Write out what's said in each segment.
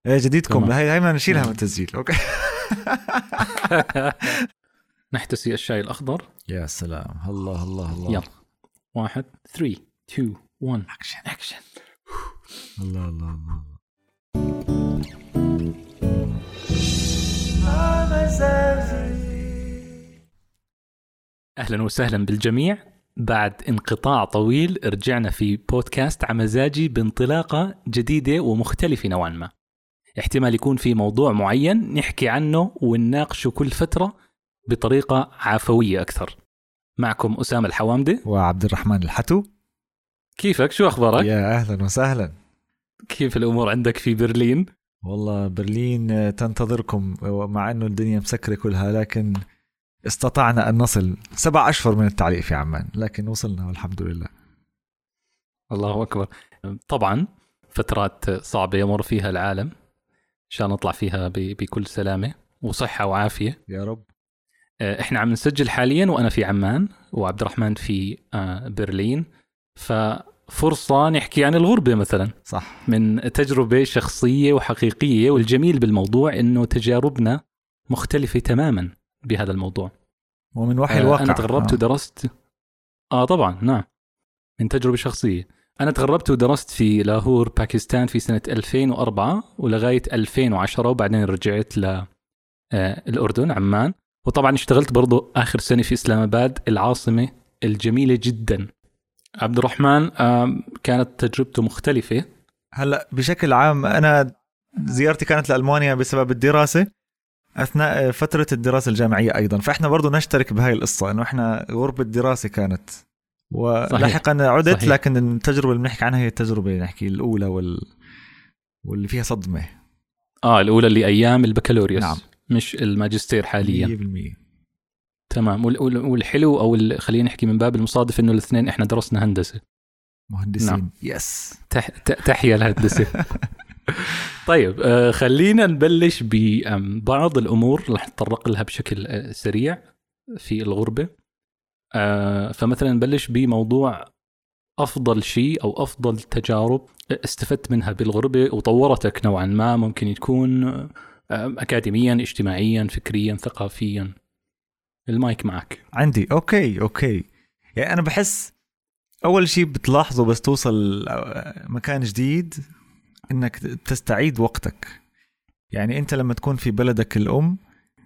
جديدكم هاي ما نشيلها من التسجيل. اوكي. نحتسي الشاي الأخضر. يا سلام. الله الله الله. يلا 1 3 2 1 اكشن. الله الله الله. أهلا وسهلا بالجميع. بعد انقطاع طويل رجعنا في بودكاست عمزاجي بانطلاقة جديدة ومختلفة نوعا ما. احتمال يكون في موضوع معين نحكي عنه ونناقشه كل فترة بطريقة عفوية أكثر. معكم أسامة الحوامدة وعبد الرحمن الحتو. كيفك؟ شو أخبارك؟ يا أهلا وسهلا. كيف الأمور عندك في برلين؟ والله برلين تنتظركم، مع أنه الدنيا مسكرة كلها، لكن استطعنا أن نصل 7 أشهر من التعليق في عمان، لكن وصلنا والحمد لله. الله أكبر. طبعا فترات صعبة يمر فيها العالم، عشان نطلع فيها بكل سلامة وصحة وعافية يا رب. احنا عم نسجل حاليا وأنا في عمان وعبد الرحمن في برلين، ففرصة نحكي عن الغربة مثلا. صح. من تجربة شخصية وحقيقية، والجميل بالموضوع إنه تجاربنا مختلفة تماما بهذا الموضوع ومن وحي الواقع. أنا تغربت ودرست طبعا نعم، من تجربة شخصية. أنا تغربت ودرست في لاهور باكستان في سنة 2004 ولغاية 2010، وبعدين رجعت للأردن عمان. وطبعا اشتغلت برضو آخر سنة في إسلام آباد العاصمة الجميلة جدا. عبد الرحمن كانت تجربته مختلفة. هلأ بشكل عام أنا زيارتي كانت لألمانيا بسبب الدراسة أثناء فترة الدراسة الجامعية أيضا، فإحنا برضو نشترك بهاي القصة إنه إحنا غربة دراسة كانت، ولاحقا عدت. صحيح. لكن التجربة اللي بنحكي عنها هي التجربة نحكي الأولى واللي فيها صدمة. الأولى اللي أيام البكالوريوس. نعم. مش الماجستير حاليا. 100%. تمام. والحلو أو خلينا نحكي من باب المصادف إنه الاثنين إحنا درسنا هندسة. مهندسين. نعم. يس. تحيا الهندسة. طيب خلينا نبلش ببعض الأمور رح نتطرق لها بشكل سريع في الغربة. فمثلا نبلش بموضوع أفضل شيء أو أفضل تجارب استفدت منها بالغربة وطورتك نوعا ما، ممكن تكون أكاديميا، اجتماعيا، فكريا، ثقافيا. المايك معك. عندي. أوكي. يعني أنا بحس أول شيء بتلاحظه بس توصل مكان جديد إنك تستعيد وقتك. يعني أنت لما تكون في بلدك الأم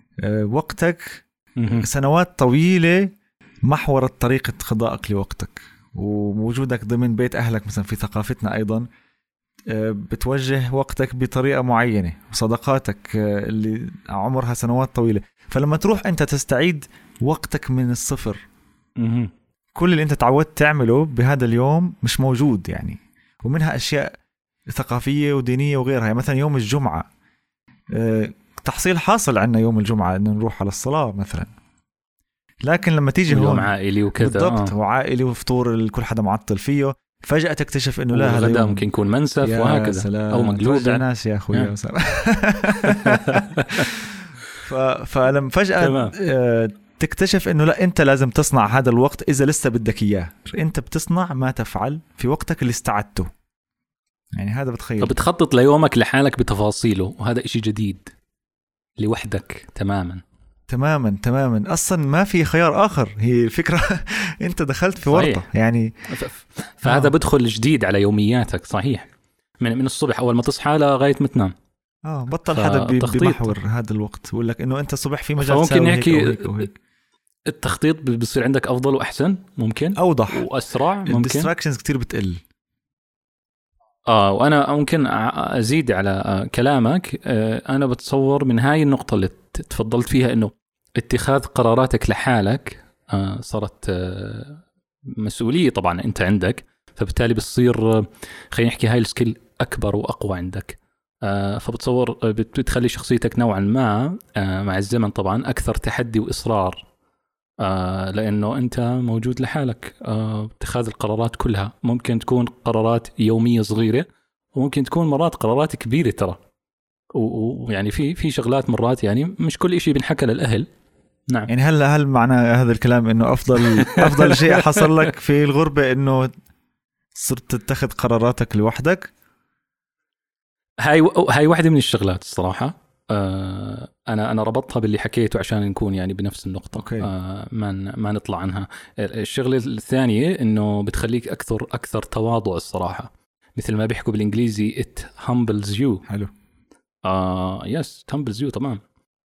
وقتك سنوات طويلة محورت طريقة قضائك لوقتك، ووجودك ضمن بيت أهلك مثلا في ثقافتنا أيضا بتوجه وقتك بطريقة معينة، وصداقاتك اللي عمرها سنوات طويلة. فلما تروح أنت تستعيد وقتك من الصفر، كل اللي أنت تعودت تعمله بهذا اليوم مش موجود يعني. ومنها أشياء ثقافية ودينية وغيرها. يعني مثلا يوم الجمعة تحصيل حاصل عنا يوم الجمعة إنه نروح على الصلاة مثلا، لكن لما تيجي هون عائلي وكذا بالضبط وعائلي وفطور كل حدا معطل فيه، فجأة تكتشف إنه لا، هذا يوم ممكن يكون منسف وهكذا أو مقلوبة ناس يا أخوي. فلما فجأة تكتشف إنه لا، أنت لازم تصنع هذا الوقت إذا لسه بدك إياه. أنت بتصنع ما تفعل في وقتك اللي استعدته. يعني هذا بتخيل. فبتخطط ليومك لحالك بتفاصيله، وهذا إشي جديد لوحدك تماما. أصلا ما في خيار آخر. هي الفكرة أنت دخلت في ورطة يعني. فهذا بدخل جديد على يومياتك. صحيح. من الصبح أول ما تصحى لغاية ما تنام. بطل حدا بمحور هذا الوقت ويقول لك إنه أنت صبح في مجال ممكن نحكي وهيك. التخطيط بيصير عندك أفضل وأحسن، ممكن أوضح وأسرع، ممكن الديستراكشنز كتير بتقل. وأنا ممكن أزيد على كلامك. أنا بتصور من هاي النقطة اللي تفضلت فيها إنه اتخاذ قراراتك لحالك صارت مسؤولية طبعا أنت عندك، فبالتالي بتصير خلينا نحكي هاي السكيل أكبر وأقوى عندك. فبتصور بتخلي شخصيتك نوعا ما مع الزمن طبعا أكثر تحدي وإصرار، لأنه أنت موجود لحالك. اتخاذ القرارات كلها ممكن تكون قرارات يومية صغيرة، وممكن تكون مرات قرارات كبيرة ترى. ويعني في شغلات مرات يعني مش كل إشي بنحكى للأهل. نعم. يعني هل معنى هذا الكلام إنه أفضل شيء حصل لك في الغربة إنه صرت تتخذ قراراتك لوحدك؟ هاي واحدة من الشغلات الصراحة. أنا ربطتها باللي حكيته عشان نكون يعني بنفس النقطة. أوكي. ما نطلع عنها. الشغلة الثانية إنه بتخليك أكثر تواضع الصراحة، مثل ما بيحكوا بالإنجليزي it humbles you. حلو. yes it humbles you تمام.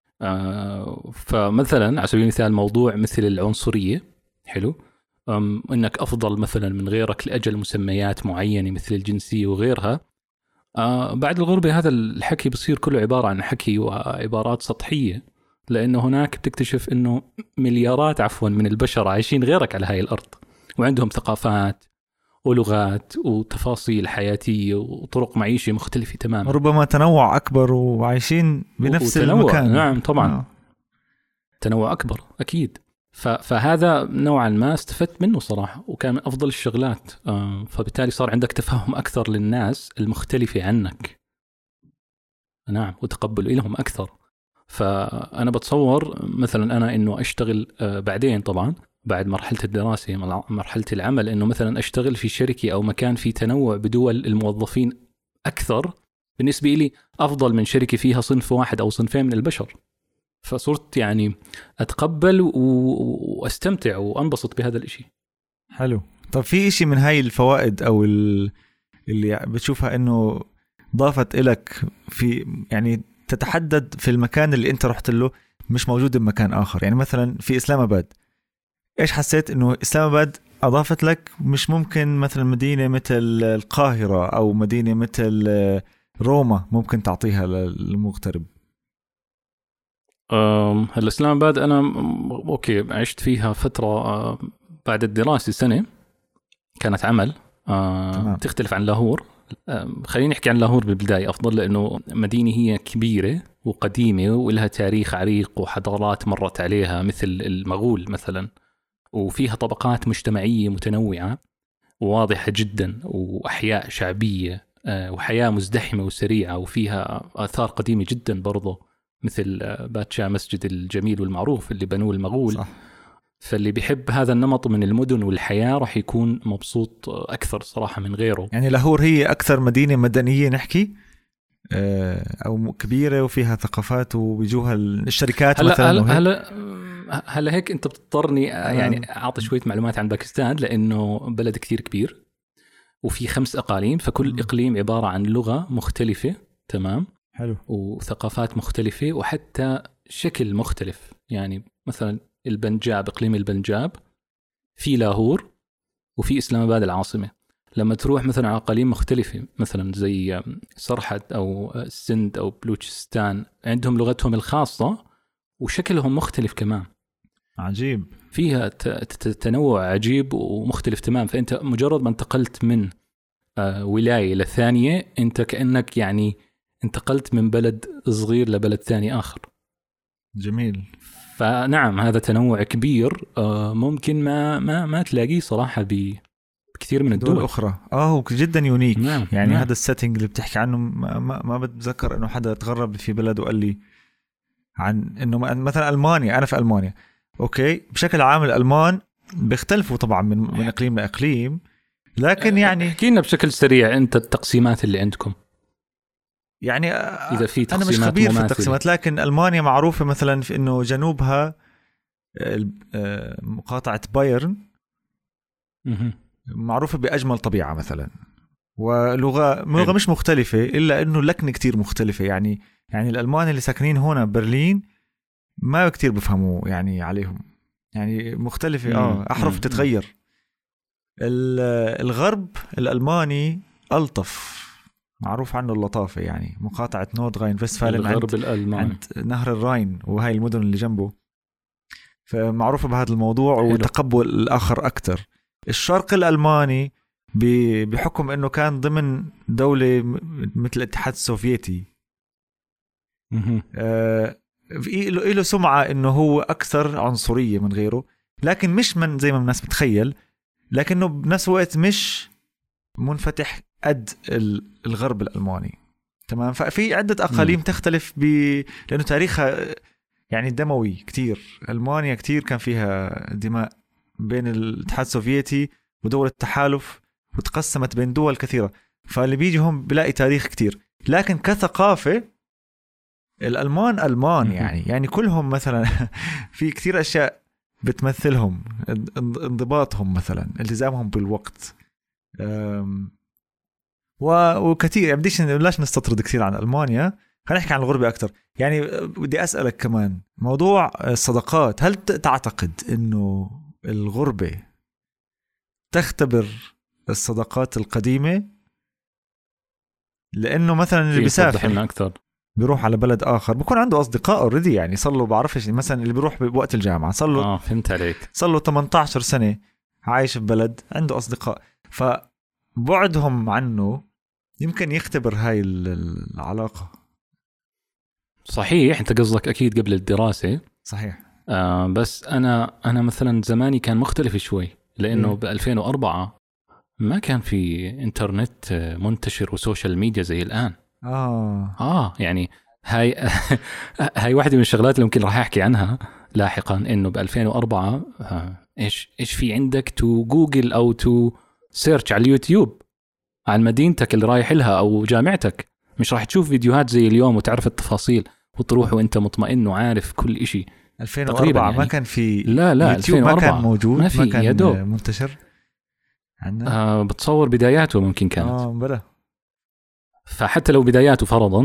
فمثلا على سبيل المثال موضوع مثل العنصرية، حلو، إنك أفضل مثلا من غيرك لأجل مسميات معينة مثل الجنسية وغيرها. بعد الغربة هذا الحكي بصير كله عبارة عن حكي وعبارات سطحية، لأنه هناك بتكتشف إنه مليارات من البشر عايشين غيرك على هاي الأرض، وعندهم ثقافات ولغات وتفاصيل حياتية وطرق معيشة مختلفة تماما، ربما تنوع أكبر وعايشين بنفس المكان. نعم طبعا. تنوع أكبر أكيد. فهذا نوعا ما استفدت منه صراحة، وكان من أفضل الشغلات. فبالتالي صار عندك تفهم أكثر للناس المختلفة عنك، نعم، وتقبل لهم أكثر. فأنا بتصور مثلا أنا إنه أشتغل بعدين طبعا بعد مرحلة الدراسة مرحلة العمل، إنه مثلا أشتغل في شركة أو مكان في تنوع بدول الموظفين أكثر، بالنسبة لي أفضل من شركة فيها صنف واحد أو صنفين من البشر. فصرت يعني أتقبل وأستمتع وأنبسط بهذا الإشي. حلو. طب في إشي من هاي الفوائد أو اللي بتشوفها إنه ضافت إلك في يعني تتحدد في المكان اللي أنت رحت له مش موجود بمكان آخر؟ يعني مثلا في إسلام آباد، إيش حسيت إنه إسلام آباد أضافت لك مش ممكن مثلا مدينة مثل القاهرة أو مدينة مثل روما ممكن تعطيها للمغترب؟ الإسلام آباد أنا أوكي عشت فيها فترة بعد الدراسة سنة، كانت عمل. تختلف عن لاهور. خلينا نحكي عن لاهور بالبداية أفضل، لأنه مدينة هي كبيرة وقديمة ولها تاريخ عريق وحضارات مرت عليها مثل المغول مثلا، وفيها طبقات مجتمعية متنوعة وواضحة جدا، وأحياء شعبية وحياة مزدحمة وسريعة، وفيها آثار قديمة جدا برضو مثل باتشا مسجد الجميل والمعروف اللي بنوه المغول. صح. فاللي بيحب هذا النمط من المدن والحياة راح يكون مبسوط أكثر صراحة من غيره. يعني لاهور هي أكثر مدينة مدنية نحكي أو كبيرة وفيها ثقافات وبيجوها الشركات هلا هيك أنت بتضطرني يعني أعطي شوية معلومات عن باكستان، لأنه بلد كتير كبير وفي 5 أقاليم، فكل إقليم عبارة عن لغة مختلفة، تمام. حلو. وثقافات مختلفة وحتى شكل مختلف. يعني مثلا البنجاب، إقليم البنجاب في لاهور وفي إسلام آباد العاصمة. لما تروح مثلا على أقاليم مختلفة مثلا زي سرحد أو السند أو بلوچستان، عندهم لغتهم الخاصة وشكلهم مختلف كمان. عجيب. فيها تنوع عجيب ومختلف تمام. فأنت مجرد ما انتقلت من ولاية للثانية، أنت كأنك يعني انتقلت من بلد صغير لبلد ثاني آخر. جميل. فنعم هذا تنوع كبير ممكن ما تلاقيه صراحة بكثير من الدول الأخرى. هو جدا يونيك. نعم. يعني نعم. هذا السيتنج اللي بتحكي عنه ما بتذكر إنه حدا تغرب في بلد وقال لي عن إنه مثلا ألمانيا. أنا في ألمانيا أوكي، بشكل عام الألمان بيختلفوا طبعا من إقليم لإقليم، لكن يعني احكي لنا بشكل سريع أنت التقسيمات اللي عندكم. يعني إذا في أنا مش خبير في التقسيمات، لكن ألمانيا معروفة مثلا في إنه جنوبها مقاطعة بايرن معروفة بأجمل طبيعة مثلا، ولغة مش مختلفة إلا إنه لكنة كتير مختلفة. يعني الألمان اللي ساكنين هنا برلين ما كتير بفهموا يعني عليهم، يعني مختلفة. أحرف تتغير. الغرب الألماني ألطف، معروف عنه اللطافة. يعني مقاطعة نوردغاين فيستفالن الغرب الألماني عند نهر الراين وهاي المدن اللي جنبه، فمعروفة بهذا الموضوع وتقبل الآخر أكتر. الشرق الألماني بحكم أنه كان ضمن دولة مثل الاتحاد السوفيتي له سمعة أنه هو أكثر عنصرية من غيره، لكن مش من زي ما الناس بتخيل، لكنه بنفس الوقت مش منفتح قد الغرب الألماني. تمام. ففي عدة أقاليم تختلف لأنه تاريخها يعني دموي كتير. ألمانيا كتير كان فيها دماء بين الاتحاد السوفيتي ودول التحالف، وتقسمت بين دول كثيرة، فاللي بيجي هم بلاقي تاريخ كتير. لكن كثقافة الألمان ألمان يعني كلهم مثلا في كثير أشياء بتمثلهم، انضباطهم مثلا، التزامهم بالوقت، وكثير يعني بديش نستطرد كثير عن ألمانيا، خلينا نحكي عن الغربة أكتر. يعني بدي أسألك كمان موضوع الصداقات، هل تعتقد إنه الغربة تختبر الصداقات القديمة؟ لأنه مثلا اللي بيسافر أكثر بيروح على بلد آخر بكون عنده أصدقاء اوريدي، يعني صار له بعرفش مثلا اللي بيروح بوقت الجامعة صار له فهمت عليك، صار له 18 سنة عايش في بلد عنده أصدقاء، فبعدهم عنه يمكن يختبر هاي العلاقة. صحيح، أنت قصدك أكيد قبل الدراسة. صحيح. بس أنا مثلا زماني كان مختلف شوي، لأنه ب 2004 ما كان في إنترنت منتشر وسوشيال ميديا زي الآن. يعني هاي واحدة من الشغلات اللي ممكن راح أحكي عنها لاحقا، إنه ب 2004 إيش في عندك تو جوجل أو تو سيرش على اليوتيوب عن مدينتك اللي رايح لها أو جامعتك. مش راح تشوف فيديوهات زي اليوم وتعرف التفاصيل وتروح وانت مطمئن وعارف كل إشي. 2004 يعني. ما كان في لا يوتيوب، ما كان موجود، ما كان يدوب منتشر عندنا. بتصور بداياته ممكن كانت بلا. فحتى لو بداياته فرضا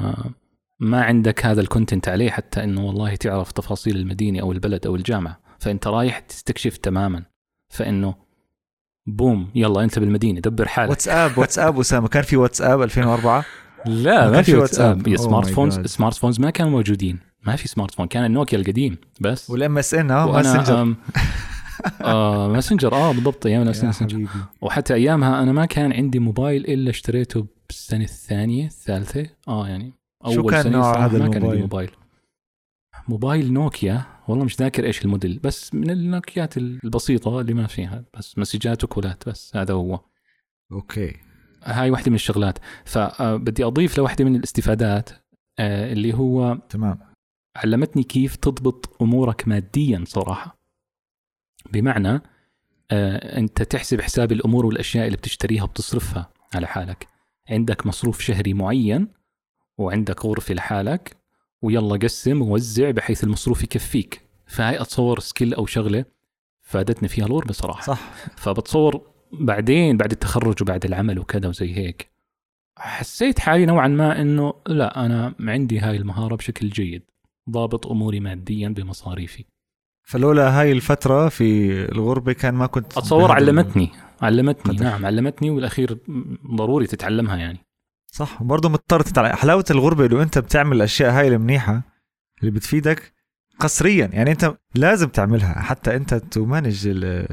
ما عندك هذا الكونتنت عليه حتى انه والله تعرف تفاصيل المدينة او البلد او الجامعة، فانت رايح تستكشف تماما، فانه بوم يلا انت بالمدينة دبر حالك. واتساب أسامة، كان في واتساب 2004؟ لا ما في واتساب. سمارت فونز ما كانوا موجودين، ما في سمارت فون، كان النوكيا القديم بس، والام اس ان ماسنجر. ماسنجر بالضبط، ايام ماسنجر. وحتى ايامها انا ما كان عندي موبايل الا اشتريته بالسنة الثانية الثالثة يعني شو كان نوع هذا الموبايل؟ ما كان عندي موبايل نوكيا، والله مش ذاكر ايش الموديل، بس من النوكيات البسيطة اللي ما فيها بس مسجات وكولات بس، هذا هو. اوكي، هاي واحدة من الشغلات. فبدي أضيف لواحدة من الاستفادات اللي هو تمام، علمتني كيف تضبط أمورك ماديا صراحة. بمعنى أنت تحسب حساب الأمور والأشياء اللي بتشتريها وبتصرفها على حالك. عندك مصروف شهري معين وعندك غرفة لحالك، ويلا قسم ووزع بحيث المصروف يكفيك. فهاي أتصور سكيل أو شغلة فادتني فيها الغربة بصراحة. صح. فبتصور بعدين بعد التخرج وبعد العمل وكذا وزي هيك حسيت حالي نوعا ما انه لا، انا عندي هاي المهارة بشكل جيد، ضابط اموري ماديا بمصاريفي. فلولا هاي الفترة في الغربة كان ما كنت اتصور. علمتني نعم علمتني، والاخير ضروري تتعلمها يعني. صح، برضو مضطر تتعلم. حلاوة الغربة لو انت بتعمل الاشياء هاي المنيحة اللي بتفيدك قصريا، يعني انت لازم تعملها حتى انت تمانج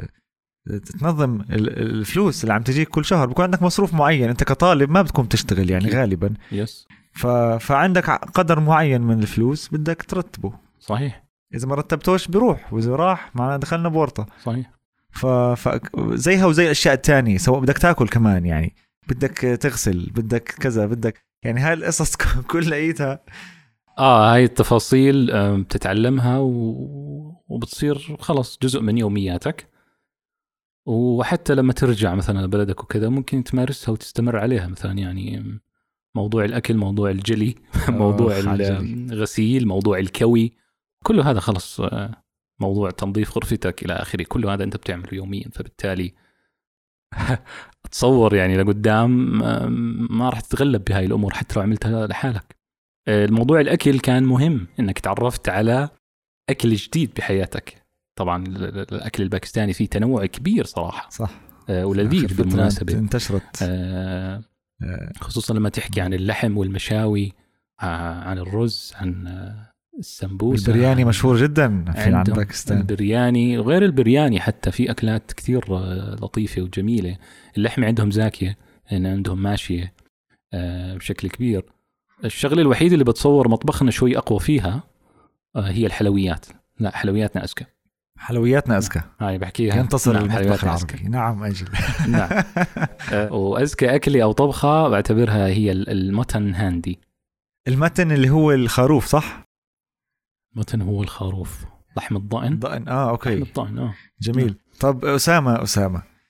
تنظم الفلوس اللي عم تجيك كل شهر. بكون عندك مصروف معين، انت كطالب ما بتكون تشتغل يعني غالبا. يس. فعندك قدر معين من الفلوس بدك ترتبه. صحيح. اذا ما رتبتوش بيروح، واذا راح معنا دخلنا بورطة. صحيح. زيها وزي الاشياء التانية، سواء بدك تاكل كمان، يعني بدك تغسل، بدك كذا، بدك يعني هاي القصص كلها هاي التفاصيل بتتعلمها وبتصير خلص جزء من يومياتك. وحتى لما ترجع مثلا لبلدك وكذا ممكن تمارسها وتستمر عليها. مثلا يعني موضوع الأكل، موضوع الجلي، موضوع الغسيل، موضوع الكوي، كل هذا خلص. موضوع تنظيف غرفتك إلى آخره، كل هذا أنت بتعمله يوميا. فبالتالي أتصور يعني لقدام ما راح تتغلب بهاي الأمور حتى لو عملتها لحالك. الموضوع الأكل كان مهم، إنك تعرفت على أكل جديد بحياتك. طبعا الأكل الباكستاني فيه تنوع كبير صراحة. صح. ولذيذ بالمناسبة. انتشرت خصوصا لما تحكي عن اللحم والمشاوي، عن الرز، عن السمبوسة. البرياني مشهور جدا في عند باكستان. البرياني وغير البرياني حتى في أكلات كثير لطيفة وجميلة. اللحمة عندهم زاكية، عندهم ماشية بشكل كبير. الشغلة الوحيدة اللي بتصور مطبخنا شوي أقوى فيها هي الحلويات. لا، حلوياتنا أذكى. حلوياتنا أذكى. هاي بحكيها. ينتصر المطبخ العربي. نعم أجل. نعم. وأذكى أكلي أو طبخة بعتبرها هي المتن هاندي. المتن اللي هو الخروف، صح؟ متن هو الخروف. لحم الضأن. أوكي. لحم الضأن. جميل. طب أسامة،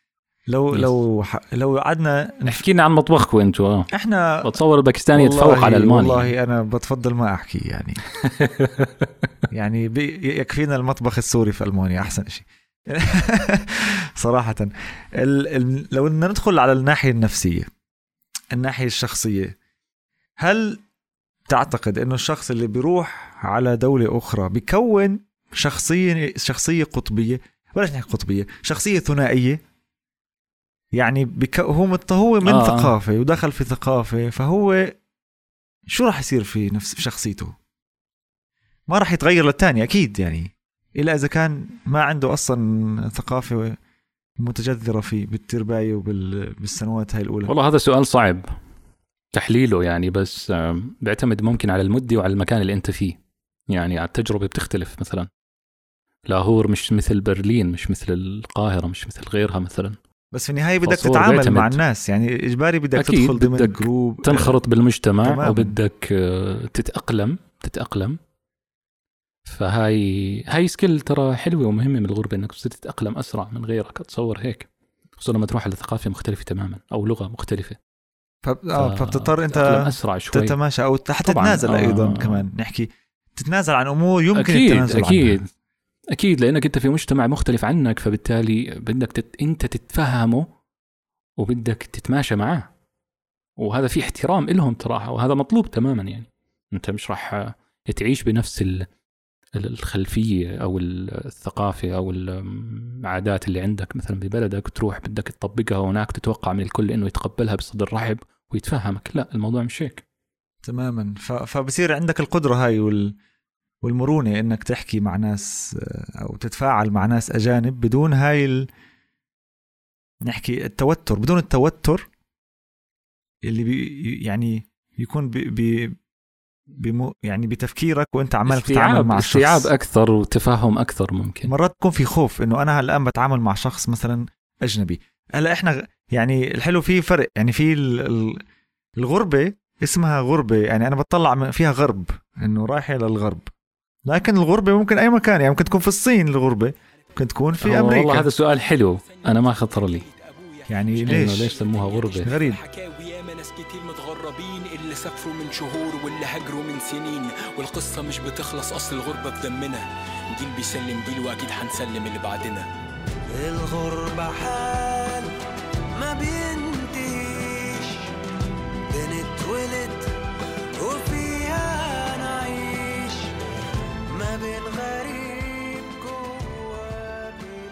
لو قعدنا احكي لنا عن مطبخكم انتوا. احنا بتصور الباكستاني يتفوق على الالماني. والله انا بتفضل ما احكي يعني. يعني يكفينا المطبخ السوري في المانيا احسن شيء. صراحه لو بدنا ندخل على الناحيه النفسيه، الناحيه الشخصيه، هل تعتقد انه الشخص اللي بيروح على دوله اخرى بيكون شخصيه قطبيه، ولا نحكي قطبيه، شخصيه ثنائيه؟ يعني هو من ثقافة ودخل في ثقافة، فهو شو راح يصير في نفس شخصيته؟ ما راح يتغير للتاني أكيد يعني، إلا إذا كان ما عنده أصلا ثقافة متجذرة فيه بالترباية وبالسنوات هاي الأولى. والله هذا سؤال صعب تحليله يعني، بس بيعتمد ممكن على المدة وعلى المكان اللي أنت فيه. يعني على التجربة بتختلف. مثلا لاهور مش مثل برلين، مش مثل القاهرة، مش مثل غيرها مثلا. بس في النهاية بدك تتعامل مع الناس، يعني إجباري بدك تدخل ضمن جروب، تنخرط بالمجتمع تمام. وبدك تتأقلم. فهاي سكيل ترى حلوة ومهمة من الغربة، إنك تتأقلم أسرع من غيرك. أتصور هيك، خصوصا لما تروح على ثقافة مختلفة تماما أو لغة مختلفة. فبتضطر أنت أسرع شوي تتماشى أو حتى تتنازل أيضا كمان. نحكي تتنازل عن أمور يمكن التنازل عنها. أكيد لأنك أنت في مجتمع مختلف عنك، فبالتالي بدك أنت تتفهمه وبدك تتماشى معه، وهذا في احترام إلهم تراها، وهذا مطلوب تماما. يعني أنت مش راح تعيش بنفس الخلفية أو الثقافة أو العادات اللي عندك مثلا ببلدك، تروح بدك تطبقها هناك، تتوقع من الكل إنه يتقبلها بصدر رحب ويتفهمك. لا، الموضوع مش هيك تماما. فبصير عندك القدرة هاي والمرونة إنك تحكي مع ناس أو تتفاعل مع ناس أجانب بدون هاي نحكي التوتر، بدون التوتر اللي يعني يكون يعني بتفكيرك وانت عمال تتعامل مع الشخص. استيعاب أكثر وتفاهم أكثر. ممكن مرات تكون في خوف إنه أنا الآن بتعامل مع شخص مثلا أجنبي. هلا إحنا يعني الحلو فيه فرق، يعني في الغربة اسمها غربة، يعني أنا بطلع فيها غرب، إنه رايح إلى الغرب. لكن الغربة ممكن أي مكان، يعني ممكن تكون في الصين الغربة، ممكن تكون في أمريكا. والله هذا سؤال حلو، أنا ما خطر لي يعني ليش سموها غربة؟ غريب. ناس كتير متغربين، اللي سافروا من شهور واللي هاجروا من سنين، والقصة مش بتخلص، أصل الغربة في دمنا، جيل بيسلم جيل وأكيد هنسلم اللي بعدنا. الغربة حال ما بينتهيش، بنتولد وفيها نعيش، ما بين غريب جوا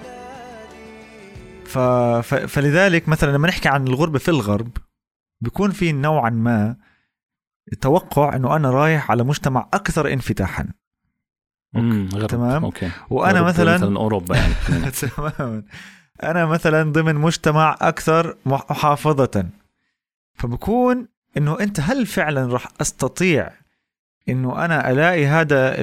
بلادي. فلذلك مثلا لما نحكي عن الغربة في الغرب، بيكون في نوعا ما توقع انه انا رايح على مجتمع اكثر انفتاحا. تمام. أوكي. وانا مثلا اوروبا يعني. تماما. انا مثلا ضمن مجتمع اكثر محافظة، فبكون انه انت هل فعلا راح استطيع انه انا الاقي هذا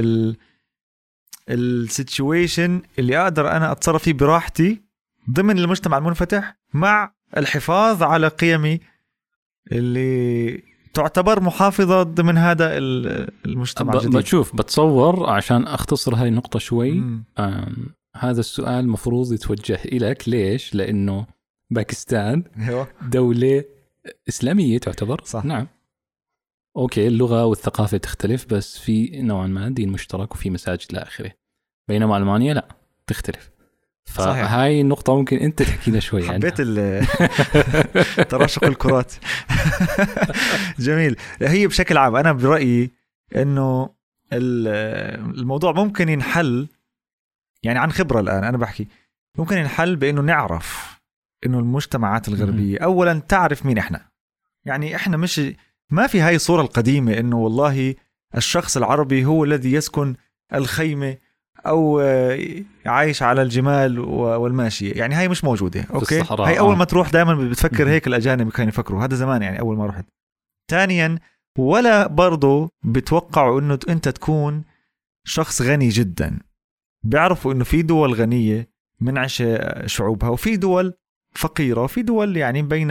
السيتويشن اللي اقدر انا اتصرف فيه براحتي ضمن المجتمع المنفتح، مع الحفاظ على قيمي اللي تعتبر محافظة ضمن هذا المجتمع الجديد. بتصور عشان أختصر هاي النقطة شوي. هذا السؤال مفروض يتوجه إليك. ليش؟ لأنه باكستان دولة إسلامية تعتبر. صح. نعم. أوكي، اللغة والثقافة تختلف، بس في نوعا ما دين مشترك وفي مساجد لآخره. بينما ألمانيا لا، تختلف. فهاي النقطة ممكن أنت تحكينا شوي عنها. حبيت تراشق الكرات. جميل. هي بشكل عام أنا برأيي إنه الموضوع ممكن ينحل، يعني عن خبرة الآن أنا بحكي، ممكن ينحل بإنه نعرف إنه المجتمعات الغربية أولا تعرف مين إحنا. يعني إحنا مش ما في هاي الصورة القديمة إنه والله الشخص العربي هو الذي يسكن الخيمة أو عايش على الجمال والماشية. يعني هاي مش موجودة. أوكي. هاي أول ما تروح دائما بتفكر هيك. الأجانب كانوا يفكروا هذا زمان، يعني أول ما رحت. ثانيا، ولا برضو بتوقعوا إنه أنت تكون شخص غني جدا. بيعرفوا إنه في دول غنية من عش شعوبها، وفي دول فقيرة، وفي دول يعني بين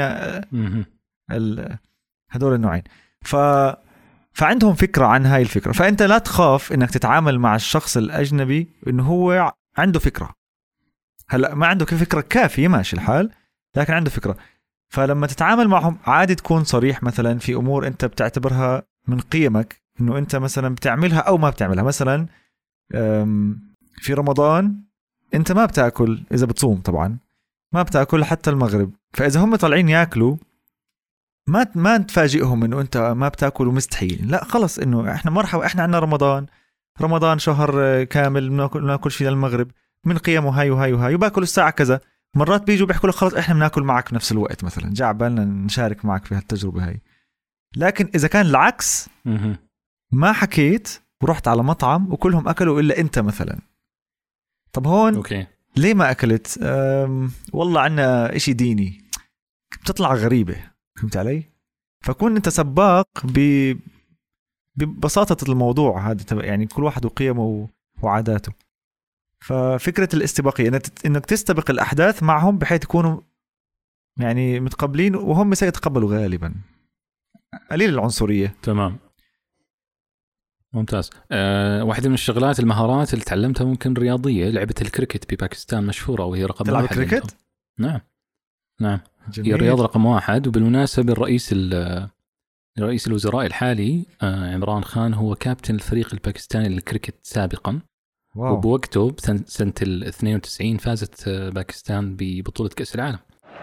هدول النوعين. فعندهم فكرة عن هاي الفكرة. فأنت لا تخاف إنك تتعامل مع الشخص الأجنبي إنه هو عنده فكرة. هلأ ما عنده فكرة كافية، ماشي الحال، لكن عنده فكرة. فلما تتعامل معهم عادي تكون صريح مثلا في أمور أنت بتعتبرها من قيمك إنه أنت مثلا بتعملها أو ما بتعملها. مثلا في رمضان أنت ما بتأكل، إذا بتصوم طبعا ما بتأكل حتى المغرب، فإذا هم طالعين يأكلوا ما تفاجئهم إنه أنت ما بتأكل ومستحيل، لا خلص إنه إحنا مرحبا، إحنا عنا رمضان شهر كامل بناكل فيه المغرب، من قيمه هاي وهاي وهاي، وباكل الساعة كذا. مرات بيجوا بيحكوا لك خلص إحنا بناكل معك في نفس الوقت مثلا، جاء بالنا نشارك معك في هالتجربة هاي. لكن إذا كان العكس ما حكيت ورحت على مطعم وكلهم أكلوا إلا أنت مثلا، طب هون أوكي. ليه ما أكلت؟ والله عنا إشي ديني، بتطلع غريبة، فهمت علي؟ فكون أنت سباق ببساطة الموضوع هذا، يعني كل واحد وقيمه وعاداته. ففكرة الاستباقية إنك تستبق الأحداث معهم بحيث يكونوا يعني متقبلين وهم سيتقبلوا غالبا، قليل العنصرية. تمام، ممتاز. واحدة من الشغلات المهارات اللي تعلمتها ممكن رياضية، لعبة الكريكت بباكستان مشهورة وهي رقم تلعب 1. كريكت؟ نعم جميل. هي الرياضة رقم 1. وبالمناسبة رئيس الوزراء الحالي عمران خان هو كابتن الفريق الباكستاني للكريكت سابقا. واو. وبوقته سنة 92 فازت باكستان ببطولة كأس العالم.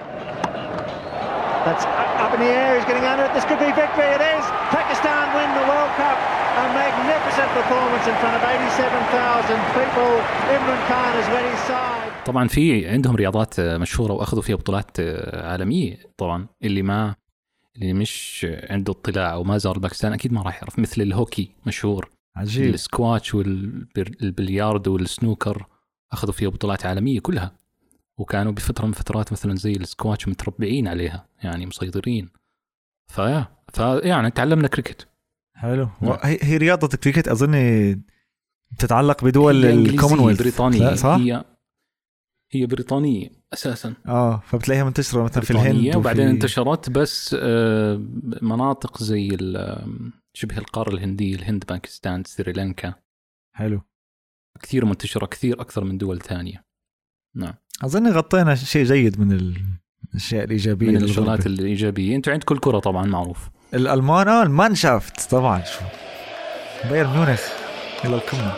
That's up in the air, he's getting under it. This could be victory. It is. Pakistan win the World Cup. A magnificent performance in front of 87,000 people. Imran Khan has led his side. طبعا في عندهم رياضات مشهورة وأخذوا فيها بطولات عالمية. طبعا اللي مش عنده اطلاع أو ما زار الباكستان أكيد ما راح يعرف، مثل الهوكي مشهور، عجيب. السكواتش والبلياردو والسنوكر أخذوا فيها بطولات عالمية كلها، وكانوا بفترة من فترات مثلا زي السكواتش متربعين عليها، يعني مسيطرين. يعني تعلمنا كريكت. حلو. هي رياضة الكريكت أظن تتعلق بدول الكومنولث، بريطانية. صح؟ هي بريطانية أساسا. فبتلاقيها منتشرة مثلا في الهند، وبعدين انتشرت بس مناطق زي شبه القارة الهندية، الهند، باكستان، سريلانكا. حلو. كثير منتشرة، كثير أكثر من دول ثانية. نعم، أظن غطينا شيء جيد من الأشياء الإيجابية، من الشغلات الإيجابية. أنتوا عندكم الكرة طبعا معروف، الألمان المانشافت طبعا، شو بايرن ميونخ إلى القمة.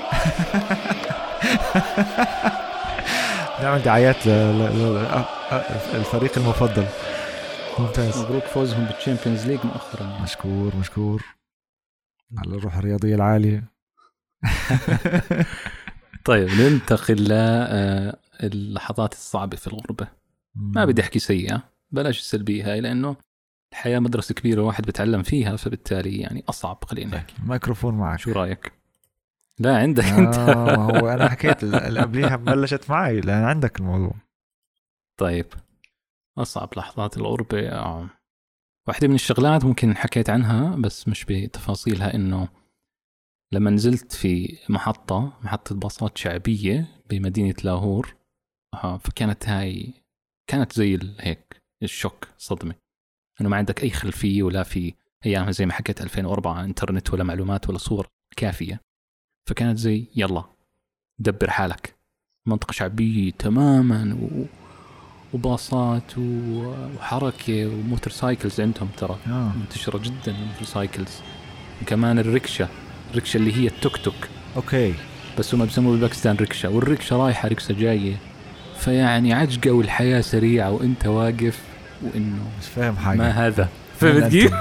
نعمل دعايات الفريق المفضل. ممتاز. مبروك فوزهم بالتشامبيونز ليج مؤخرا يعني. مشكور على الروح الرياضية العالية. طيب ننتقل للحظات الصعبة في الغربة. ما بدي أحكي سيئة، بلاش السلبية هاي، لأنه الحياة مدرسة كبيرة واحد بتعلم فيها، فبالتالي يعني أصعب. خلينا نحكي. الميكروفون معك، شو رأيك؟ لا عندك أنت. هو أنا حكيت اللي قبليها بلشت معي، لأن عندك الموضوع. طيب أصعب لحظات الغربة. واحدة من الشغلات ممكن حكيت عنها بس مش بتفاصيلها، إنه لما نزلت في محطة باصات شعبية بمدينة لاهور، كانت زي هيك الشوك، صدمة، إنه ما عندك أي خلفية، ولا في أيامها زي ما حكيت 2004 إنترنت ولا معلومات ولا صور كافية. فكانت زي يلا دبر حالك، منطقة شعبية تماما وباصات وحركة وموتور سايكلز عندهم، ترى منتشرة جدا الموتور سايكلز. وكمان الركشة اللي هي التوك توك. أوكي. بس هم بسموه بالباكستان ركشة، والركشة رايحة ركشة جاية، فيعني عجقة والحياة سريعة وانت واقف، وانه مش فاهم حاجة. ما هذا، فهمت كيف؟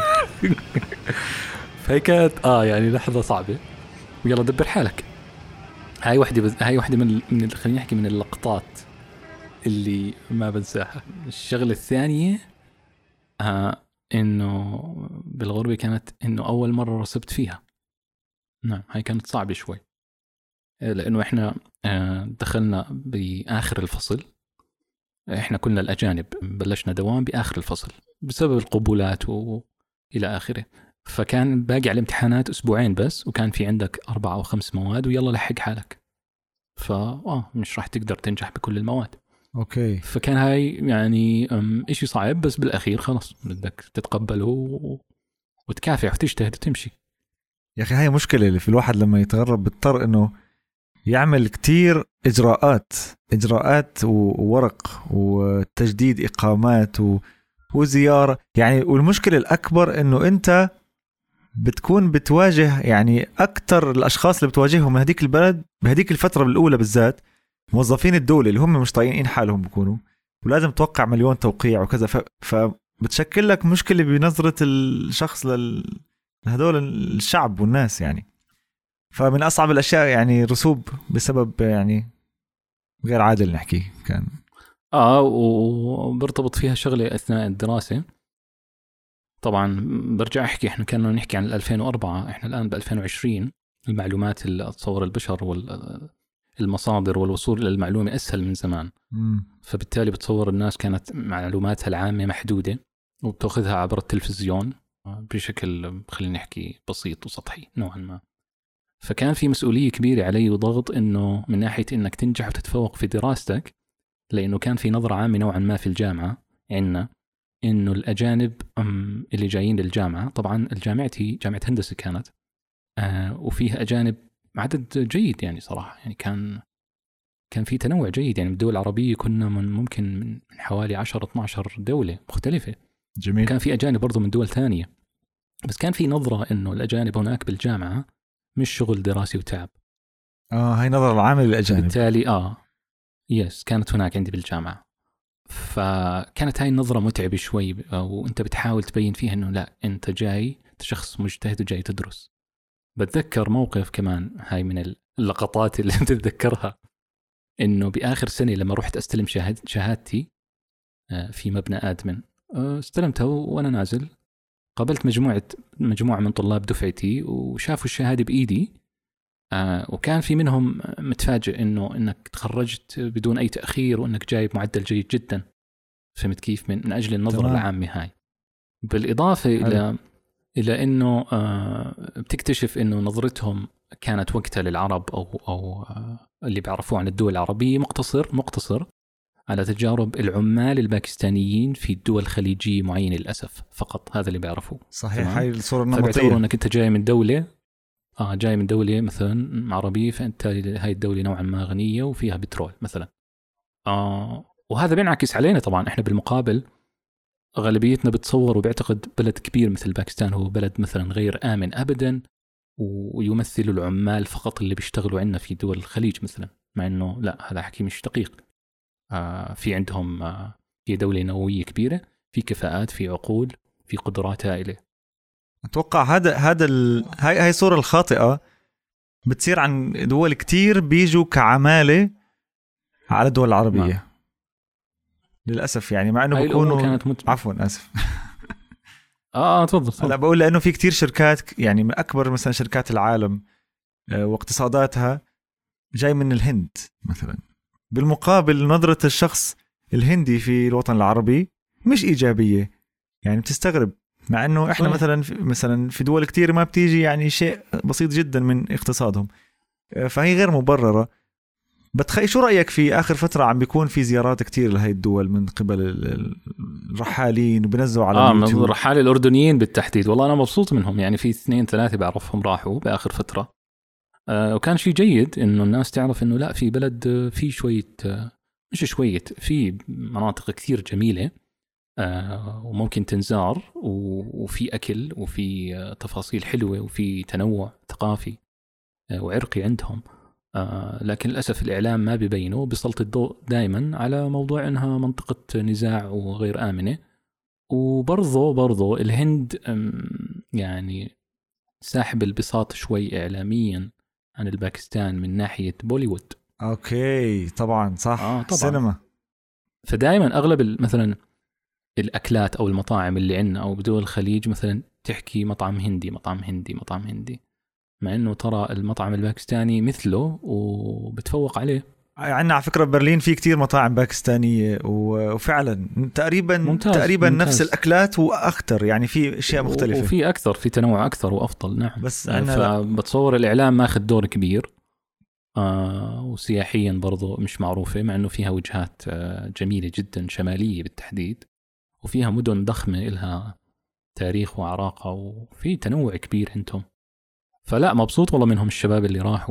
فهي كانت يعني لحظة صعبة، ويلا دبر حالك. هاي واحدة من خليني أحكي من اللقطات اللي ما بنساها. الشغلة الثانية إنه بالغربة كانت إنه أول مرة رسبت فيها. نعم، هاي كانت صعبة شوي، لأنه إحنا دخلنا بآخر الفصل. إحنا كنا الأجانب بلشنا دوام بآخر الفصل بسبب القبولات وإلى آخره. فكان باقي على الامتحانات أسبوعين بس، وكان في عندك 4 أو 5 مواد، ويلا لحق حالك. مش راح تقدر تنجح بكل المواد. أوكي. فكان هاي يعني إشي صعب، بس بالأخير خلاص بدك تتقبله وتكافح وتجتهد وتمشي. يا أخي هاي مشكلة اللي في الواحد لما يتغرب، بيضطر إنه يعمل كتير إجراءات وورق وتجديد إقامات وزيارة يعني. والمشكلة الأكبر إنه أنت بتكون بتواجه يعني أكتر الأشخاص اللي بتواجههم من هديك البلد بهديك الفترة الأولى بالذات موظفين الدولة اللي هم مش طايقين حالهم بيكونوا، ولازم توقع مليون توقيع وكذا. فبتشكل لك مشكلة بنظرة الشخص لهدول الشعب والناس يعني. فمن أصعب الأشياء يعني رسوب بسبب يعني غير عادل نحكي كان. وبرتبط فيها شغلة أثناء الدراسة. طبعا برجع أحكي إحنا كنا نحكي عن 2004، إحنا الآن ب2020. المعلومات اللي تصور البشر والمصادر والوصول إلى المعلومة أسهل من زمان. فبالتالي بتصور الناس كانت معلوماتها العامة محدودة وبتأخذها عبر التلفزيون بشكل خلينا نحكي بسيط وسطحي نوعا ما. فكان في مسؤولية كبيرة علي وضغط إنه من ناحية إنك تنجح وتتفوق في دراستك، لأنه كان في نظرة عامة نوعا ما في الجامعة عنا إنه الأجانب اللي جايين للجامعة، طبعا الجامعتي جامعة هندسة كانت وفيها أجانب عدد جيد يعني صراحة، يعني كان في تنوع جيد يعني. بالدول العربية كنا ممكن من حوالي 10-12 دولة مختلفة. جميل. كان في أجانب برضو من دول ثانية، بس كان في نظرة إنه الأجانب هناك بالجامعة مش شغل دراسي وتعب. هاي نظرة العامة للأجانب. بالتالي يس كانت هناك عندي بالجامعة. فكانت هاي النظرة متعبة شوي، وانت بتحاول تبين فيها انه لا انت جاي، انت شخص مجتهد وجاي تدرس. بتذكر موقف كمان، هاي من اللقطات اللي بتتذكرها، انه باخر سنة لما رحت استلم شهادتي في مبنى آدمن، استلمتها وانا نازل قابلت مجموعة من طلاب دفعتي وشافوا الشهادة بإيدي، وكان في منهم متفاجئ انك تخرجت بدون اي تأخير وانك جايب معدل جيد جدا. فهمت كيف؟ من اجل النظرة تمام. العامة هاي. بالاضافة الى انه بتكتشف انه نظرتهم كانت وقتها للعرب او اللي بيعرفوه عن الدول العربية مقتصر على تجارب العمال الباكستانيين في الدول الخليجية معينة للأسف فقط. هذا اللي بيعرفوه. صحيح. هاي الصورة النمطية. فبيعتبروا انك انت جاي من دولة مثلا عربية، فأنت هاي الدولة نوعا ما غنية وفيها بترول مثلا. وهذا بينعكس علينا طبعا. احنا بالمقابل غالبيتنا بتصور وبيعتقد بلد كبير مثل باكستان هو بلد مثلا غير آمن أبدا، ويمثل العمال فقط اللي بيشتغلوا عندنا في دول الخليج مثلا، مع انه لا، هذا حكي مش دقيق. في عندهم هي دولة نووية كبيرة، في كفاءات، في عقول، في قدرات هائلة. أتوقع هاي الصورة الخاطئة بتصير عن دول كتير بيجوا كعمالة على الدول العربية للأسف يعني، مع إنه بيكونوا عفوا آسف تفضل. لا بقول لأنه في كتير شركات يعني من أكبر مثلا شركات العالم واقتصاداتها جاي من الهند مثلا. بالمقابل نظرة الشخص الهندي في الوطن العربي مش إيجابية يعني، بتستغرب. مع انه احنا مثلا في دول كتير ما بتيجي يعني شيء بسيط جدا من اقتصادهم، فهي غير مبررة. شو رأيك في آخر فترة عم بيكون في زيارات كتير لهي الدول من قبل الرحالين وبنزلوا على اليوتيوب؟ الرحال الأردنيين بالتحديد والله أنا مبسوط منهم يعني. في 2-3 بعرفهم راحوا بآخر فترة، وكان شيء جيد إنه الناس تعرف إنه لا، في بلد في في مناطق كثير جميلة وممكن تنزار، وفي أكل، وفي تفاصيل حلوة، وفي تنوع ثقافي وعرقي عندهم. لكن للأسف الإعلام ما بيبينه، بيسلط الضوء دائما على موضوع إنها منطقة نزاع وغير آمنة. وبرضو الهند يعني ساحب البساط شوي إعلاميا عن الباكستان من ناحية بوليوود. أوكي طبعا صح. طبعا. سينما. فدائما أغلب مثلا الأكلات أو المطاعم اللي عندنا أو بدول الخليج مثلا تحكي مطعم هندي، مع أنه ترى المطعم الباكستاني مثله وبتفوق عليه. عندنا على فكرة برلين في كتير مطاعم باكستانية وفعلا تقريبا ممتاز. نفس الأكلات وأكتر يعني، في أشياء مختلفة وفي أكثر، في تنوع أكثر وأفضل. نعم. بس فبتصور الإعلام ماخذ دور كبير. وسياحيا برضو مش معروفة، مع أنه فيها وجهات جميلة جدا شمالية بالتحديد، وفيها مدن ضخمة إلها تاريخ وعراقة، وفي تنوع كبير عندهم. فلا مبسوط والله منهم الشباب اللي راحوا.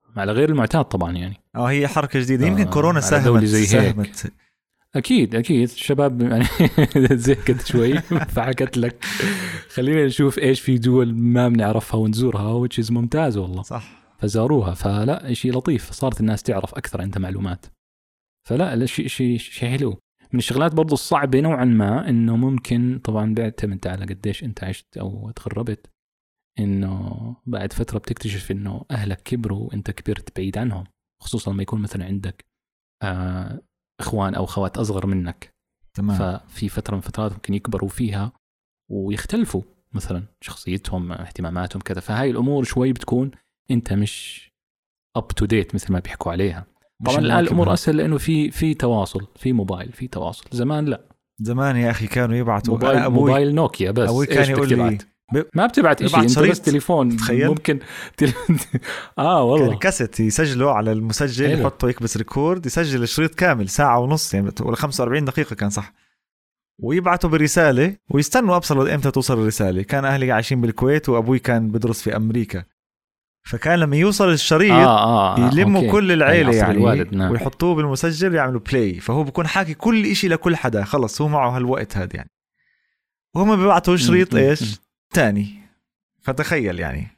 على غير المعتاد طبعا يعني. هي حركه جديده، يمكن كورونا على دولة زي هيك. ساهمت. اكيد الشباب يعني زهقت شوي فحكت لك خلينا نشوف ايش في دول ما بنعرفها ونزورها، which is ممتاز والله. صح. فزاروها، فلا شيء لطيف، صارت الناس تعرف اكثر، عندها معلومات. فلا شيء حلو. من الشغلات برضو الصعبة نوعا ما انه ممكن طبعا بيعتمد على قديش انت عشت او تغربت، انه بعد فترة بتكتشف انه اهلك كبروا وانت كبرت بعيد عنهم، خصوصا لما يكون مثلا عندك اخوان او اخوات اصغر منك. تمام. ففي فترة من فترات ممكن يكبروا فيها ويختلفوا مثلا شخصيتهم، اهتماماتهم كذا. فهاي الامور شوي بتكون انت مش up to date مثل ما بيحكوا عليها. طبعا الآن الأمور أسهل لأنه في تواصل، في موبايل، في تواصل. زمان لا، زمان يا أخي كانوا يبعتوا موبايل نوكيا بس. أبوي كان يقول لي ما بتبعت إشي، أنت بس تليفون. تخيل. ممكن والله كان كاسيت يسجلوا على المسجل، يحطوا يكبس ريكورد، يسجل الشريط كامل ساعة ونص يعني ولا 45 دقيقة كان صح، ويبعتوا برسالة ويستنوا أبصر إمتى توصل الرسالة. كان أهلي عايشين بالكويت وأبوي كان بدرس في أمريكا، فكان لما يوصل الشريط يلموا أوكي. كل العيلة يعني الوالد. نعم. ويحطوه بالمسجل ويعملوا بلاي، فهو بيكون حاكي كل إشي لكل حدا، خلص هو معه هالوقت هذا يعني، وهم بيبعتوا شريط إيش تاني. فتخيل يعني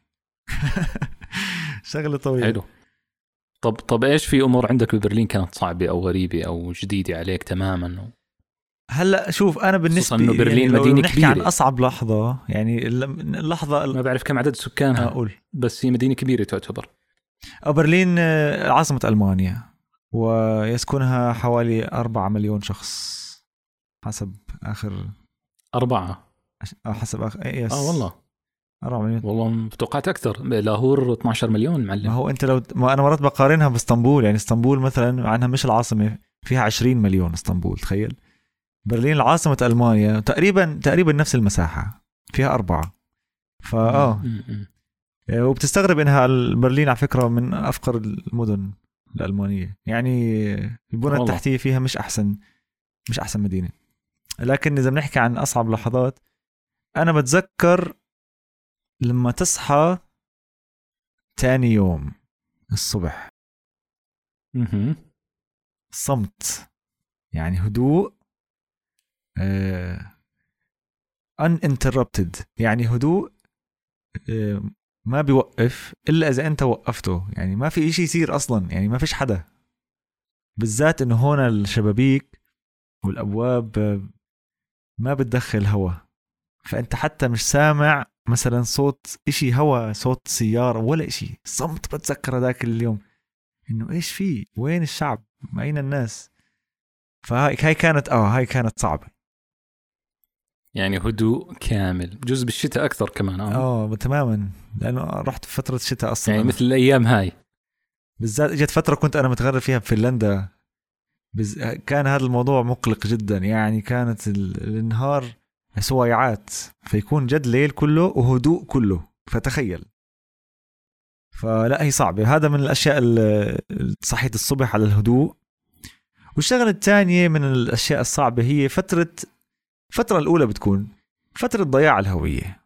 شغلة طويلة. حلو. طب إيش في أمور عندك ببرلين كانت صعبة أو غريبة أو جديدة عليك تماما؟ هلا شوف، أنا بالنسبة إنه برلين يعني مدينة نحكي كبيرة، عن أصعب لحظة يعني اللحظة ما بعرف كم عدد سكانها، أقول بس هي مدينة كبيرة تعتبر. برلين عاصمة ألمانيا، ويسكنها حوالي 4 مليون شخص حسب آخر 4 حسب آخر يس. والله 4 مليون. والله توقعت أكثر. لاهور 12 مليون معلم. ما هو أنت ما أنا مرات بقارنها باسطنبول، يعني اسطنبول مثلا عنها مش العاصمة فيها 20 مليون اسطنبول، تخيل. برلين العاصمة ألمانيا تقريبا نفس المساحة، فيها 4. وبتستغرب إنها برلين على فكرة من أفقر المدن الألمانية، يعني البنى التحتية فيها مش أحسن مدينة. لكن إذا بنحكي عن أصعب لحظات، أنا بتذكر لما تصحى تاني يوم الصبح صمت، يعني هدوء uninterrupted، يعني هدوء ما بيوقف إلا إذا أنت وقفته، يعني ما في إشي يصير أصلا، يعني ما فيش حدا، بالذات إنه هون الشبابيك والأبواب ما بتدخل هوا، فأنت حتى مش سامع مثلا صوت إشي هوا، صوت سيارة ولا إشي، صمت. بتذكر ذاك اليوم إنه إيش فيه، وين الشعب، أين الناس. فهاي كانت صعبة، يعني هدوء كامل. بجوز بالشتاء أكثر كمان. تماما، لأنه رحت في فترة الشتاء أصلا، يعني مثل الأيام هاي بالذات. اجت فترة كنت أنا متغرب فيها بفنلندا، كان هذا الموضوع مقلق جدا، يعني كانت النهار سويعات، فيكون جد ليل كله وهدوء كله، فتخيل. فلا هي صعبة. هذا من الأشياء اللي صحيت الصبح على الهدوء. والشغلة الثانية من الأشياء الصعبة هي الفترة الأولى بتكون فترة ضياع الهوية.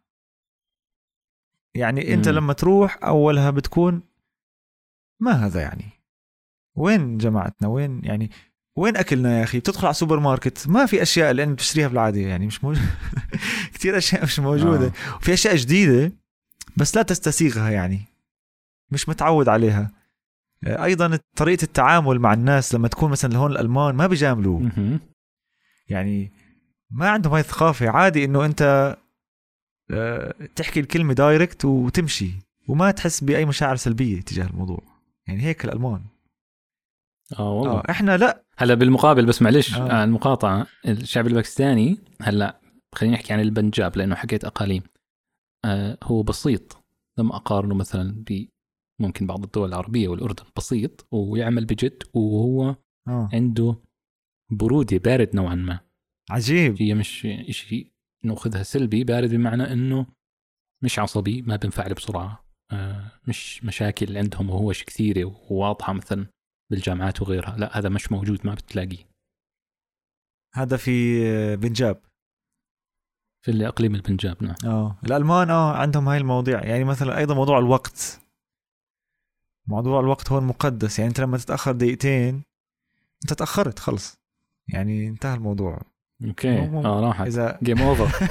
يعني أنت لما تروح أولها بتكون ما هذا، يعني وين جماعتنا، وين أكلنا يا أخي. بتدخل على السوبر ماركت ما في أشياء اللي أنت بتشتريها بالعادة، يعني مش موجودة كتير أشياء مش موجودة. وفي أشياء جديدة بس لا تستسيغها، يعني مش متعود عليها. أيضا طريقة التعامل مع الناس لما تكون مثلا هون الألمان ما بيجاملوا، يعني ما عندهم هاي الثقافة. عادي إنه أنت تحكي الكلمة دايركت وتمشي وما تحس بأي مشاعر سلبية تجاه الموضوع، يعني هيك الألمان. والله إحنا لا. هلا بالمقابل بس معلش المقاطعة، الشعب الباكستاني هلا خلينا نحكي عن البنجاب لأنه حكيت أقاليم. هو بسيط لما أقارنه مثلا ممكن بعض الدول العربية والأردن، بسيط ويعمل بجد، وهو عنده برودة، بارد نوعا ما. عجيب. هي مش إشي نأخذها سلبي، بارد بمعنى إنه مش عصبي، ما بنفعل بسرعة، مش مشاكل عندهم وهو كثيرة وواضحة مثلا بالجامعات وغيرها. لا هذا مش موجود، ما بتلاقيه. هذا في بنجاب، في الأقليم البنجاب. نعم. الألمان عندهم هاي المواضيع. يعني مثلا أيضا موضوع الوقت، موضوع الوقت هون مقدس. يعني انت لما تتاخر دقيقتين انت تاخرت خلص، يعني انتهى الموضوع. اوكي راحت اذا جيم اوفر.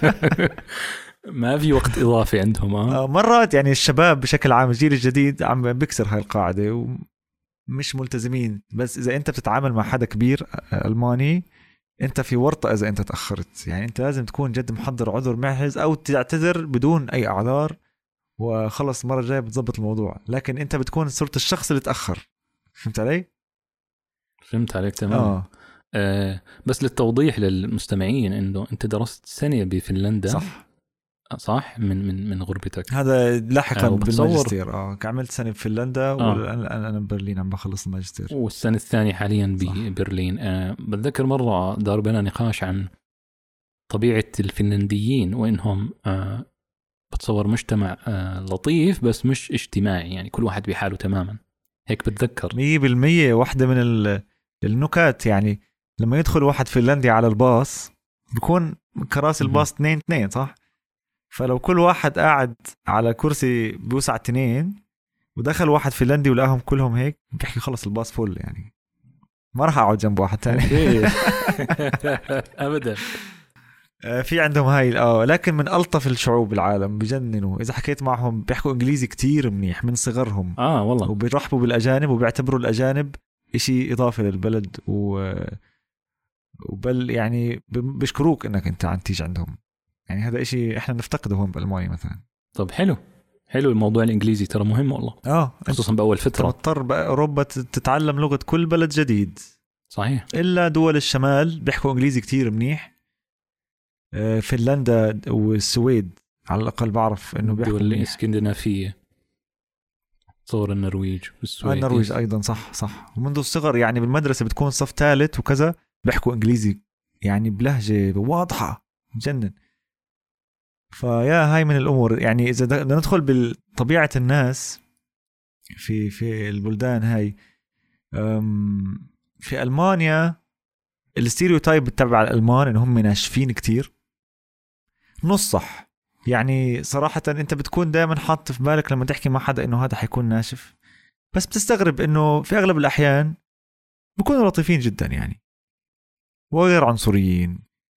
ما في وقت اضافي عندهم. مرات يعني الشباب بشكل عام الجيل الجديد عم بيكسر هاي القاعده ومش ملتزمين. بس اذا انت بتتعامل مع حدا كبير الماني انت في ورطه اذا انت تاخرت. يعني انت لازم تكون جد محضر عذر محرز او تعتذر بدون اي اعذار وخلص المره الجايه بتزبط الموضوع. لكن انت بتكون صرت الشخص اللي تاخر. فهمت علي؟ فهمت عليك تمام. بس للتوضيح للمستمعين انه انت درست سنه بفنلندا صح من غربتك. هذا لاحقا بالماجستير. عملت سنه بفنلندا والان انا ببرلين عم بخلص الماجستير والسنه الثانيه حاليا ببرلين. بتذكر مره دار بينا نقاش عن طبيعه الفنلنديين وانهم بتصور مجتمع لطيف بس مش اجتماعي، يعني كل واحد بحاله تماما. هيك بتذكر 100%. واحدة من النكات يعني لما يدخل واحد فنلندي على الباص بيكون كراسي الباص 2-2 صح؟ فلو كل واحد قاعد على كرسي بيوسع 2 ودخل واحد فنلندي ولقاهم كلهم هيك بيحكي خلص الباص فل، يعني ما راح اقعد جنب واحد تاني. ابدا. في عندهم هاي لكن من ألطف الشعوب العالم، بجننوا. إذا حكيت معهم بيحكوا إنجليزي كتير منيح من صغرهم. والله. وبيرحبوا بالأجانب وبيعتبروا الأجانب إشي إضافي للبلد وبل يعني بيشكروك إنك أنت عم تيجي عندهم. يعني هذا إشي إحنا نفتقده هون بألمانيا مثلا. طب حلو الموضوع الإنجليزي ترى مهم والله. خصوصا بأول فترة مضطر بأوروبا تتعلم لغة كل بلد جديد. صحيح. إلا دول الشمال بيحكوا إنجليزي كتير منيح. فنلندا والسويد على الأقل بعرف إنه بيحكوا دول الإسكندنافية، صور النرويج والسويد. النرويج أيضا صح. ومنذ الصغر يعني بالمدرسة بتكون صف ثالث وكذا بيحكوا إنجليزي يعني بلهجة واضحة جنن. فيا هاي من الأمور. يعني إذا بدنا ندخل بطبيعة الناس في البلدان هاي، في ألمانيا الستيريوتايب تبع الألمان إنهم ناشفين كتير نص صح. يعني صراحة أنت بتكون دائما حاط في بالك لما تحكي مع حدا إنه هذا حيكون ناشف، بس بتستغرب إنه في أغلب الأحيان بيكونوا لطيفين جدا يعني وغير عنصريين.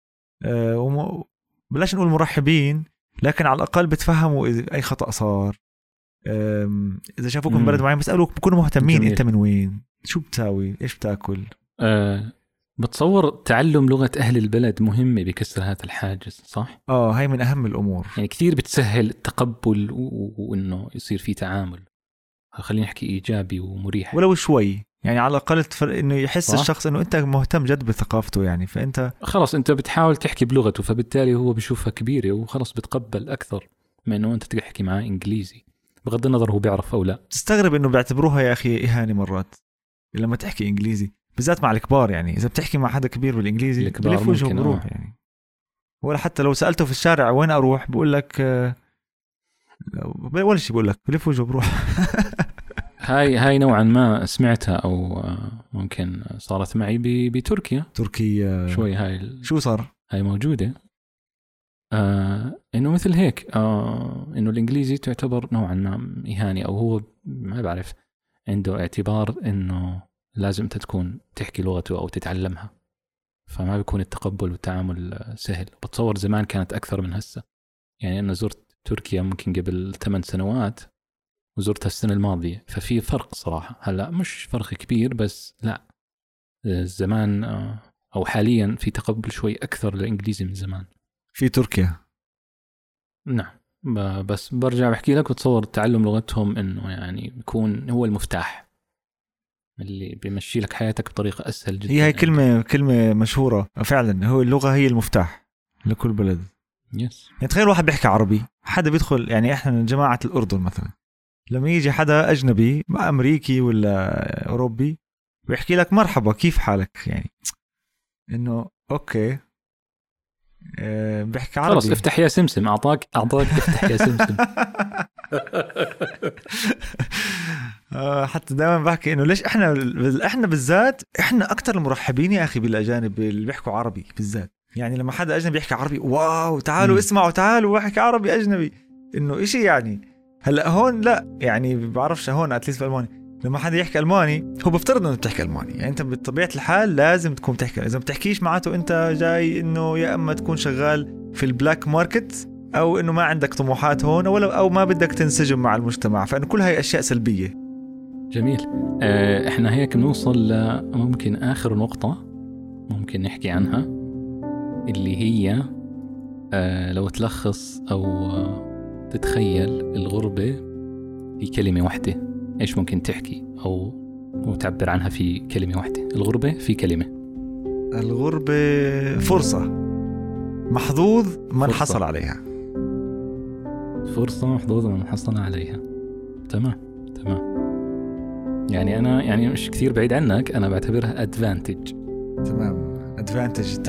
بلاش نقول مرحبين، لكن على الأقل بتفهموا أي خطأ صار. إذا شافوك من بلد معين بيسألوك بيكونوا مهتمين. جميل. أنت من وين؟ شو بتساوي؟ إيش بتاكل؟ بتصور تعلم لغة أهل البلد مهمة بكسر هذا الحاجز صح؟ هاي من أهم الأمور. يعني كثير بتسهل التقبل وإنه يصير في تعامل، خلينا نحكي إيجابي ومريح ولو شوي. يعني على الأقل إنه يحس صح؟ الشخص إنه أنت مهتم جد بثقافته. يعني فأنت خلاص أنت بتحاول تحكي بلغته، فبالتالي هو بيشوفها كبيرة وخلاص بتقبل أكثر من إنه أنت تحكي معاه إنجليزي بغض النظر هو بيعرف أو لا. تستغرب إنه بيعتبروها يا أخي إهانة مرات لما تحكي إنجليزي، بالذات مع الكبار. يعني إذا بتحكي مع حدا كبير بالإنجليزي بلف وجهه بروح يعني. ولا حتى لو سألته في الشارع وين أروح بقول لك ولا شيء، بقول لك بلف وجهه بروح. هاي نوعا ما سمعتها أو ممكن صارت معي بتركيا. شوي هاي شو صار؟ هاي موجودة إنه مثل هيك إنه الإنجليزي تعتبر نوعا ما إهانة، أو هو ما بعرف عنده اعتبار إنه لازم أنت تكون تحكي لغته أو تتعلمها، فما بيكون التقبل والتعامل سهل. بتصور زمان كانت أكثر من هسه. يعني أنا زرت تركيا ممكن قبل 8 سنوات وزرتها السنة الماضية، ففي فرق صراحة. هلأ مش فرق كبير بس لا، زمان أو حاليا في تقبل شوي أكثر للإنجليزي من زمان في تركيا. نعم. بس برجع بحكي لك، وتصور تعلم لغتهم إنه يعني بيكون هو المفتاح اللي بيمشي لك حياتك بطريقة أسهل جدا. هي كلمة مشهورة فعلا، هو اللغة هي المفتاح لكل بلد. يس. يعني تخيل واحد بيحكي عربي، حدا بيدخل، يعني إحنا من جماعة الأردن مثلا، لما يجي حدا أجنبي أمريكي ولا أوروبي ويحكي لك مرحبا كيف حالك، يعني إنه أوكي بيحكي عربي، خلاص افتح يا سمسم، أعطاك افتح يا سمسم. حتى دائما بحكي إنه ليش إحنا بالذات إحنا أكتر المرحبين يا أخي بالأجانب اللي بيحكوا عربي بالذات. يعني لما حدا أجنبي يحكي عربي، واو تعالوا اسمعوا، تعالوا واحكي عربي أجنبي، إنه إشي يعني هلا هون لا يعني بعرفش هون اتليست في المانيا لما حد يحكي الماني هو بفترض انه بتحكي الماني، يعني انت بطبيعه الحال لازم تكون بتحكي، اذا ما بتحكيش معناته انت جاي انه يا اما تكون شغال في البلاك ماركت او انه ما عندك طموحات هون او ما بدك تنسجم مع المجتمع، فانه كل هاي اشياء سلبيه. جميل. احنا هيك بنوصل ممكن اخر نقطه ممكن نحكي عنها، اللي هي لو تلخص او تتخيل الغربه في كلمه واحده، ايش ممكن تحكي او تعبر عنها في كلمه واحده؟ الغربه في كلمه. الغربه فرصه محظوظ من فرصة. حصل عليها. فرصه محظوظه من حصل عليها. تمام. يعني انا يعني مش كثير بعيد عنك، انا بعتبرها ادفانتج. تمام. ادفانتج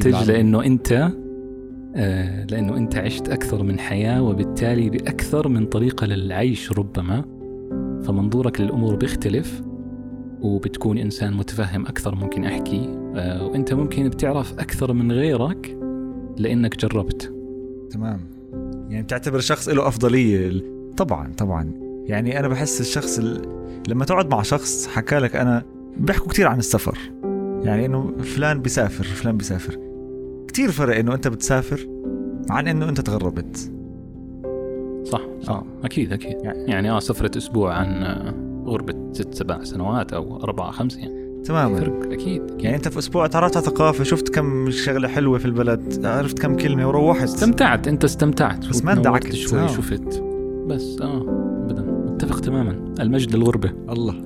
لانه انت عشت اكثر من حياه، وبالتالي باكثر من طريقه للعيش ربما، فمنظورك للامور بيختلف وبتكون انسان متفهم اكثر. ممكن احكي وانت ممكن بتعرف اكثر من غيرك لانك جربت. تمام. يعني بتعتبر شخص له افضليه. طبعا يعني انا بحس الشخص لما تقعد مع شخص حكى لك، انا بيحكوا كتير عن السفر، يعني انه فلان بيسافر كتير فرق انه انت بتسافر عن انه انت تغربت. صح. اكيد يعني سفرت اسبوع عن غربه 6-7 سنوات او 4-5 يعني. تمام. فرق اكيد. يعني انت في اسبوع تعرفت على ثقافه، شفت كم شغله حلوه في البلد، عرفت كم كلمه وروحت، استمتعت بس ما اندعكت شوي. شفت بس ابدا متفق تماما. المجد للغربه. الله.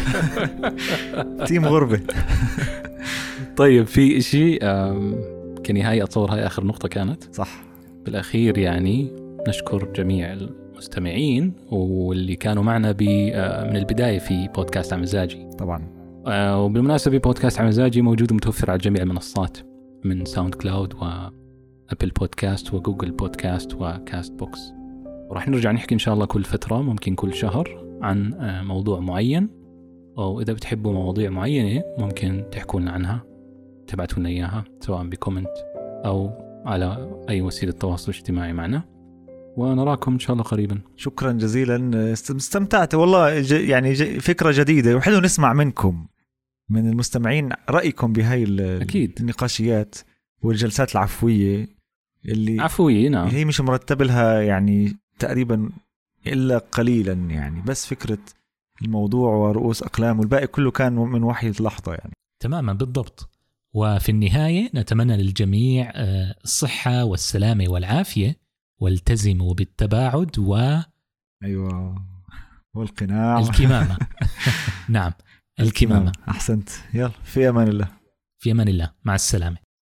تيم غربه. طيب في شيء كنهاية أتصور هاي آخر نقطة كانت صح. بالأخير يعني نشكر جميع المستمعين واللي كانوا معنا من البداية في بودكاست عمزاجي. طبعا. وبالمناسبة بودكاست عمزاجي موجود ومتوفر على جميع المنصات، من ساوند كلاود وأبل بودكاست وجوجل بودكاست وكاست بوكس. وراح نرجع نحكي إن شاء الله كل فترة، ممكن كل شهر، عن موضوع معين، أو إذا بتحبوا مواضيع معينة ممكن تحكوا لنا عنها، تبعتوا لنا إياها سواء بكومنت أو على أي وسيلة تواصل اجتماعي معنا، ونراكم إن شاء الله قريبا. شكرا جزيلا، استمتعت والله. يعني فكرة جديدة، وحلو نسمع منكم من المستمعين رأيكم بهاي أكيد النقاشيات والجلسات العفوية اللي عفوية. نعم. هي مش مرتب لها يعني تقريبا إلا قليلا، يعني بس فكرة الموضوع ورؤوس أقلام، والباقي كله كان من وحي اللحظة يعني. تماما بالضبط. وفي النهاية نتمنى للجميع الصحة والسلامة والعافية، والتزموا بالتباعد أيوة والقناع الكمامة. نعم الكمامة. أحسنت. يلا في أمان الله. في أمان الله. مع السلامة.